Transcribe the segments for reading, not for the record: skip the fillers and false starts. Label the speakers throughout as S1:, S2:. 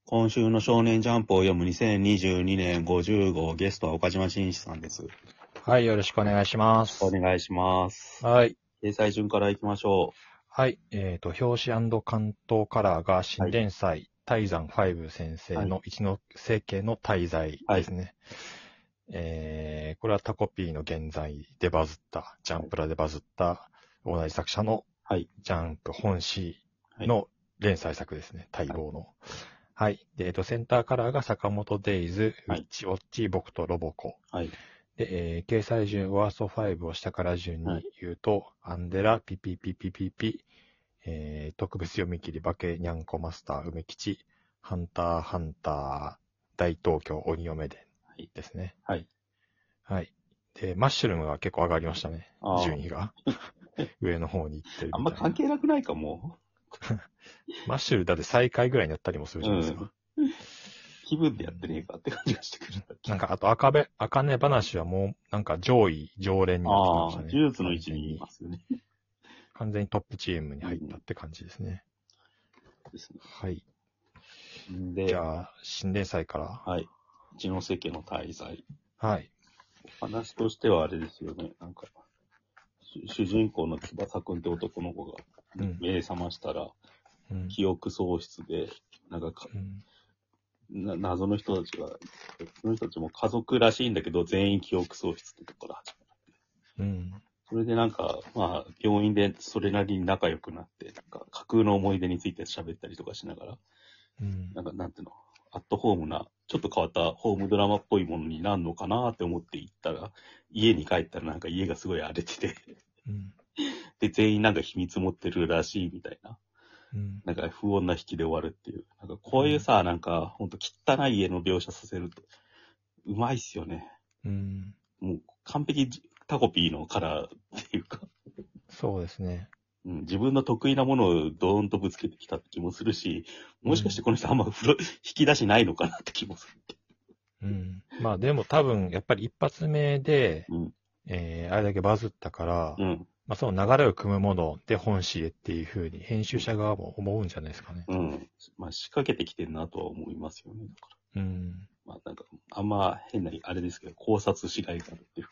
S1: 今週の少年ジャンプを読む2022年50号ゲストは岡島真司さんです。
S2: はい、よろしくお願いします。
S1: お願いします。
S2: はい。
S1: 掲載順からいきましょ
S2: はい。表紙関東カラーが新連載、泰山5先生の
S1: は
S2: 一ノ瀬家の大罪ですね。これはタコピーの現在でバズった、ジャンプラでバズった同じ作者のジャンプ本誌の連載作ですね。待望の。はい。で、センターカラーが坂本デイズ、ウィッチウォッチ、僕とロボコ。
S1: はい。
S2: で、掲載順、ワースト5を下から順に言うと、アンデラ、ピピピピピピ、特別読み切り、化け、にゃんこマスター、梅吉、ハンター、ハンター、大東京、鬼嫁伝ですね。
S1: はい。
S2: はい。で、マッシュルームが結構上がりましたね。順位が。上の方に行ってるみたいな。
S1: あんま関係なくないかも。
S2: マッシュルだって最下位ぐらいにやったりもするじゃないですか。
S1: 気分でやってねえかって感じがしてくる。
S2: なんか、あと、赤根話はもう、なんか上位、常連になってきましたね。
S1: 呪術の位置にいますよね。
S2: 完全にトップチームに入ったって感じですね。
S1: ですね。
S2: はい。
S1: で、
S2: じゃあ、新連載から。
S1: はい。一ノ瀬家の大罪。
S2: はい。
S1: 話としてはあれですよね。なんか、主人公の翼くんって男の子が目覚ましたら、記憶喪失で、なんか謎の人たちが、その人たちも家族らしいんだけど、全員記憶喪失ってとこから始まる。それでなんか、まあ、病院でそれなりに仲良くなって、なんか架空の思い出について喋ったりとかしながら、なんか、なんていうの、アットホームな、ちょっと変わったホームドラマっぽいものになるのかなって思って行ったら、家に帰ったらなんか家がすごい荒れててで、全員なんか秘密持ってるらしいみたいな。なんか不穏な引きで終わるっていう。なんかこういうさ、なんかほんと汚い家の描写させると、うまいっすよね。もう完璧タコピーのカラーっていうか。
S2: そうですね。
S1: 自分の得意なものをドーンとぶつけてきた気もするし、もしかしてこの人あんま引き出しないのかなって気もす
S2: る。まあでも多分やっぱり一発目で、あれだけバズったから、まあその流れを組むもので本誌へっていうふうに編集者側も思うんじゃないですかね。
S1: まあ仕掛けてきてるなとは思いますよね。だから。まあなんか、あんま変な、あれですけど、考察しがいがあるっていうか。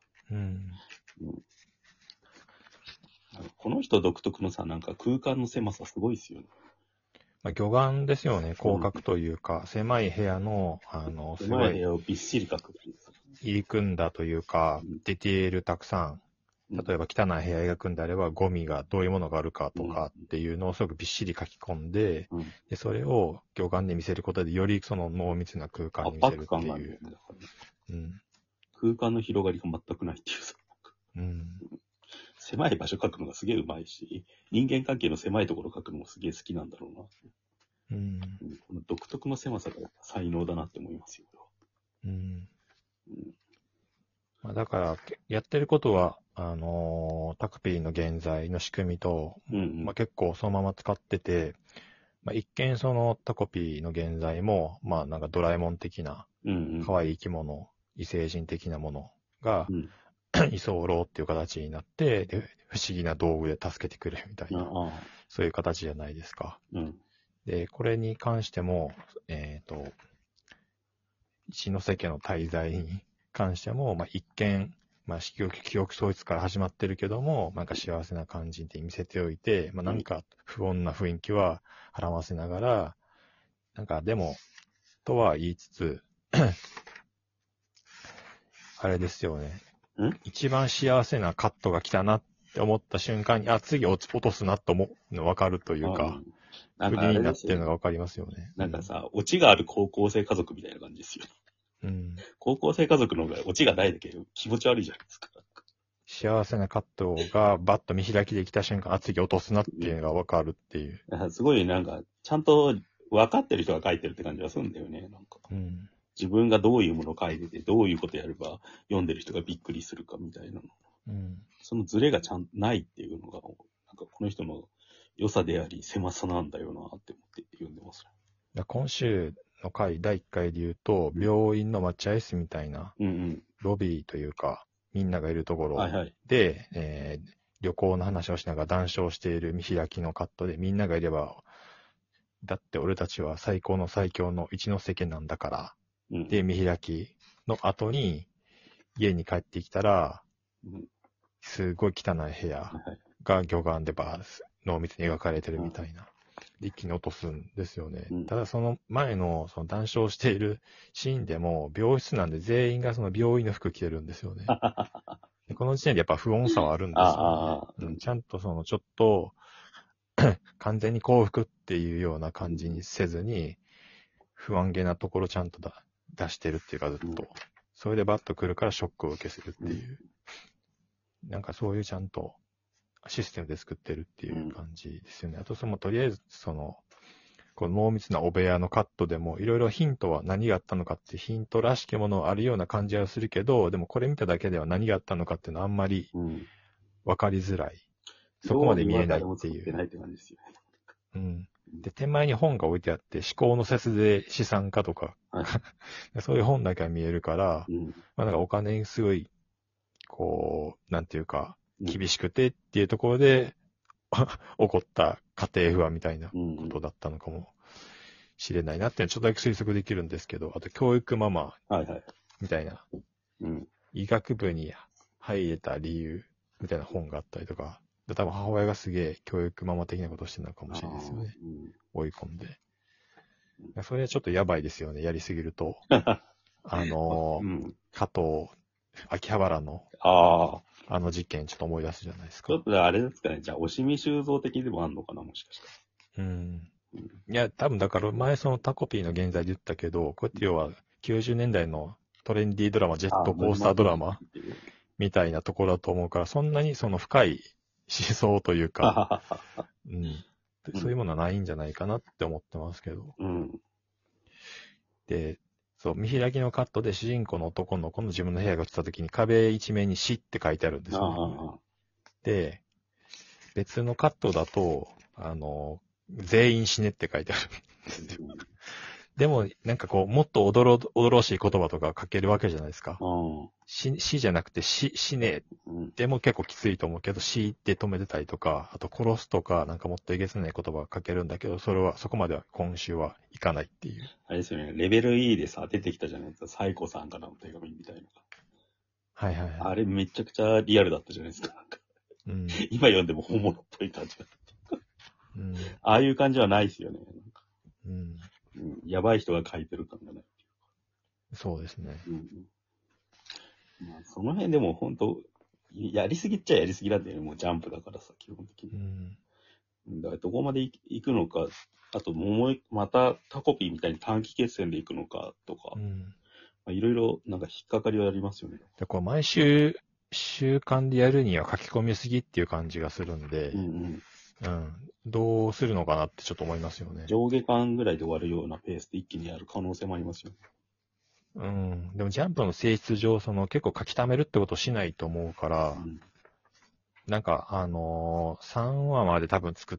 S1: この人独特のさ、なんか空間の狭さすごいですよね。
S2: まあ、魚眼ですよね。広角というか、狭い部屋の、すごい。
S1: 狭い部屋をびっしり描くっていう。
S2: 入り組んだというか、ディテールたくさん。例えば汚い部屋描くんであれば、ゴミがどういうものがあるかとかっていうのをすごくびっしり書き込んで、でそれを魚眼で見せることで、よりその濃密な空間に見せるっていう。
S1: 空間の広がりが全くないっていうさ。狭い場所描くのがすげえうまいし、人間関係の狭いところ描くのもすげえ好きなんだろうな。この独特の狭さが才能だなって思いますよ。
S2: まあ、だから、やってることは、タクピーの現在の仕組みと、まあ、結構そのまま使ってて、まあ、一見そのタコピーの現在も、まあなんかドラえもん的な、可愛い生き物、異星人的なものが、居候っていう形になって、で、不思議な道具で助けてくれるみたいな、そういう形じゃないですか。で、これに関しても、一ノ瀬家の滞在に関しても、まあ、一見、まあ、記憶喪失から始まってるけども、なんか幸せな感じで見せておいて、まあ、なんか不穏な雰囲気は払わせながら、なんかでも、とは言いつつ、あれですよね。一番幸せなカットが来たなって思った瞬間に、あ、次落とすなと思うの分かるというか、振りになってるのが分かりますよね。
S1: なんかさ、オチがある高校生家族みたいな感じですよ。高校生家族の方がオチがないだけ気持ち悪いじゃないですか。
S2: 幸せなカットがバッと見開きできた瞬間、あ、次落とすなっていうのが分かるっていう。
S1: すごいなんか、ちゃんと分かってる人が書いてるって感じがするんだよね。なんか自分がどういうものを書いてて、どういうことやれば読んでる人がびっくりするかみたいなの。そのズレがちゃんとないっていうのが、なんかこの人の良さであり、狭さなんだよなって思って読んでます。
S2: 今週の回、第1回で言うと、病院の待合室みたいな、ロビーというか、みんながいるところで、旅行の話をしながら談笑している見開きのカットで、みんながいれば、 だって俺たちは最高の最強の一ノ瀬家なんだから、で、見開きの後に、家に帰ってきたら、すごい汚い部屋が魚眼で濃密に描かれてるみたいな。一気に落とすんですよね。ただその前のその談笑しているシーンでも、病室なんで全員がその病院の服着てるんですよね。でこの時点でやっぱ不穏さはあるんですよね。ちゃんとそのちょっと、完全に幸福っていうような感じにせずに、不安げなところちゃんと出してるっていうかずっと。それでバッと来るからショックを受けするっていう。なんかそういうちゃんとシステムで作ってるっていう感じですよね。あととりあえずこの濃密なお部屋のカットでもいろいろヒントは何があったのかってヒントらしきものはあるような感じはするけど、でもこれ見ただけでは何があったのかっていうのはあんまり分かりづらい。そこまで見えないっていう。で、手前に本が置いてあって、思考の節税資産家とか、そういう本だけは見えるから、なんかお金にすごい、なんていうか、厳しくてっていうところで、起こった家庭不安みたいなことだったのかもしれないなっていうのはちょっとだけ推測できるんですけど、あと教育ママみたいな、医学部に入れた理由みたいな本があったりとか、多分母親がすげえ教育ママ的なことをしてるのかもしれないですよね。追い込んで。それはちょっとやばいですよね、やりすぎると。加藤、秋葉原の、事件ちょっと思い出すじゃないですか。
S1: ちょっとあれですかね、じゃあ、押見修造的でもあんのかな、もしかしたら。
S2: いや、多分だから前そのタコピーの現在で言ったけど、こうやって要は90年代のトレンディードラマ、ジェットコースタードラマみたいなところだと思うから、そんなにその深い思想というか、そういうものはないんじゃないかなって思ってますけど。で、見開きのカットで主人公の男の子の自分の部屋が映った時に壁一面に死って書いてあるんですよね。で、別のカットだと、全員死ねって書いてあるんですよ。でも、なんかもっとおどろしい言葉とか書けるわけじゃないですか。死じゃなくて死ね。でも結構きついと思うけど、死で止めてたりとか、あと殺すとか、なんかもっとえげつない言葉が書けるんだけど、そこまでは今週はいかないっていう。
S1: あれですよね、レベル E でさ、出てきたじゃないですか、サイコさんからの手紙みたいな。あれめちゃくちゃリアルだったじゃないですか。今読んでも本物っぽい感じが。ああいう感じはないですよね。やばい人が書いてる感がない。
S2: そうですね。
S1: その辺でも本当、やりすぎっちゃやりすぎなんだよね、もうジャンプだからさ、基本的に。だからどこまで行くのか、あとまたタコピーみたいに短期決戦で行くのかとか、いろいろなんか引っかかりはありますよね。
S2: 毎週、週間でやるには書き込みすぎっていう感じがするんで、どうするのかなってちょっと思いますよね。
S1: 上下巻ぐらいで終わるようなペースで一気にやる可能性もありますよね。
S2: でもジャンプの性質上、結構書き溜めるってことをしないと思うから、なんか、3話まで多分作って、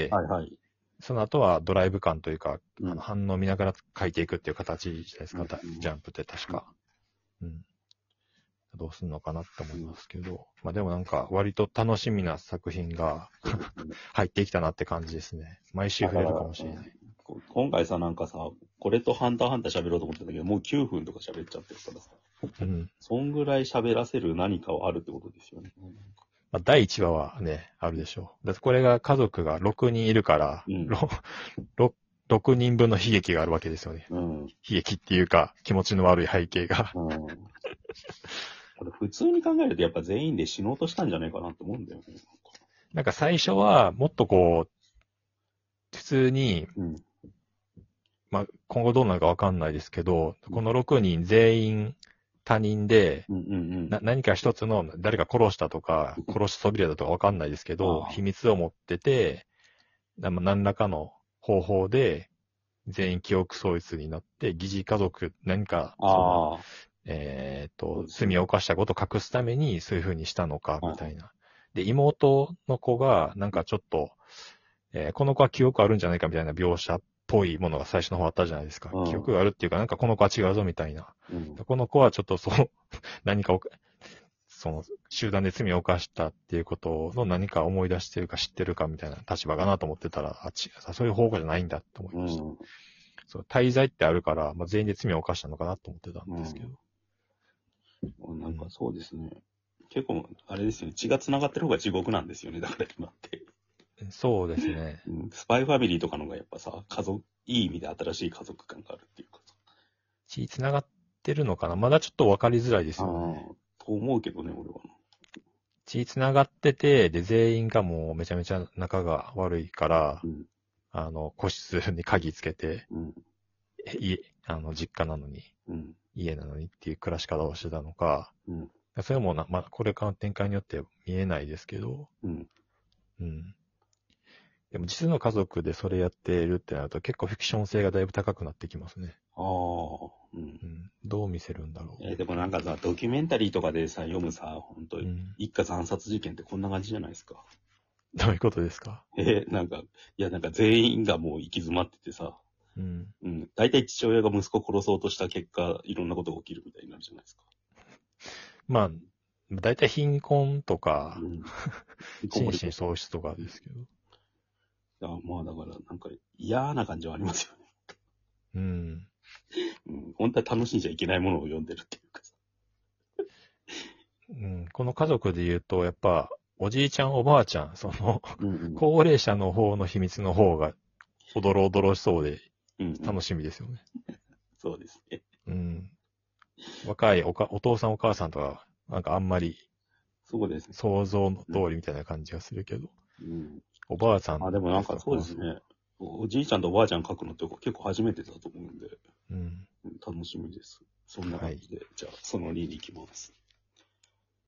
S2: その後はドライブ感というか、反応を見ながら書いていくっていう形じゃないですか、ジャンプって確か。どうすんのかなって思いますけど。でもなんか、割と楽しみな作品が入ってきたなって感じですね。毎週増えるかもしれない。
S1: 今回さ、なんかさ、これとハンターハンター喋ろうと思ってたけど、もう9分とか喋っちゃってるからさ。そんぐらい喋らせる何かはあるってことですよね。
S2: 第1話はね、あるでしょう。だってこれが家族が6人いるから、6人分の悲劇があるわけですよね。悲劇っていうか、気持ちの悪い背景が。
S1: 普通に考えるとやっぱ全員で死のうとしたんじゃないかなって思うんだよね。
S2: なんか最初はもっと普通に、今後どうなるかわかんないですけど、この6人全員他人で、何か一つの誰か殺したとか、殺しそびれたとかわかんないですけど、秘密を持ってて、何らかの方法で全員記憶喪失になって、疑似家族、何か、罪を犯したことを隠すためにそういう風にしたのか、みたいな。で、妹の子が、なんかちょっと、この子は記憶あるんじゃないかみたいな描写っぽいものが最初の方あったじゃないですか。記憶があるっていうか、なんかこの子は違うぞみたいな。この子はちょっと何かその、集団で罪を犯したっていうことの何か思い出してるか知ってるかみたいな立場かなと思ってたら、そういう方向じゃないんだと思いました。そう、大罪ってあるから、全員で罪を犯したのかなと思ってたんですけど。
S1: なんかそうですね。結構、あれですよね。血が繋がってる方が地獄なんですよね。だから今って。
S2: そうですね。
S1: スパイファミリーとかの方がやっぱさ、いい意味で新しい家族感があるっていうかさ。
S2: 血繋がってるのかな、まだちょっと分かりづらいですよね。
S1: と思うけどね、俺は。
S2: 血繋がってて、で、全員がもうめちゃめちゃ仲が悪いから、個室に鍵つけて、実家なのに、家なのにっていう暮らし方をしてたのか、それもこれからの展開によって見えないですけど、でも実の家族でそれやってるってなると結構フィクション性がだいぶ高くなってきますね。どう見せるんだろ
S1: う。でもなんかさ、ドキュメンタリーとかでさ、読むさ、本当に、一家惨殺事件ってこんな感じじゃないですか。
S2: どういうことですか？
S1: なんか全員がもう行き詰まっててさ、大体父親が息子を殺そうとした結果、いろんなことが起きるみたいになるじゃないですか。
S2: 大体貧困とか、心神喪失とかですけど。
S1: だからなんか嫌な感じはありますよね。本当は楽しんじゃいけないものを読んでるっていうかさ。
S2: この家族で言うと、やっぱ、おじいちゃんおばあちゃん、高齢者の方の秘密の方が、おどろおどろしそうで、楽しみですよね。
S1: そうですね。
S2: 若いお父さんお母さんとか、なんかあんまり、
S1: そうですね。
S2: 想像の通りみたいな感じがするけど。おばあさん。
S1: でもなんかそうですね。おじいちゃんとおばあちゃん書くのって結構初めてだと思うんで、楽しみです。そんな感じで、じゃあその2に行きます。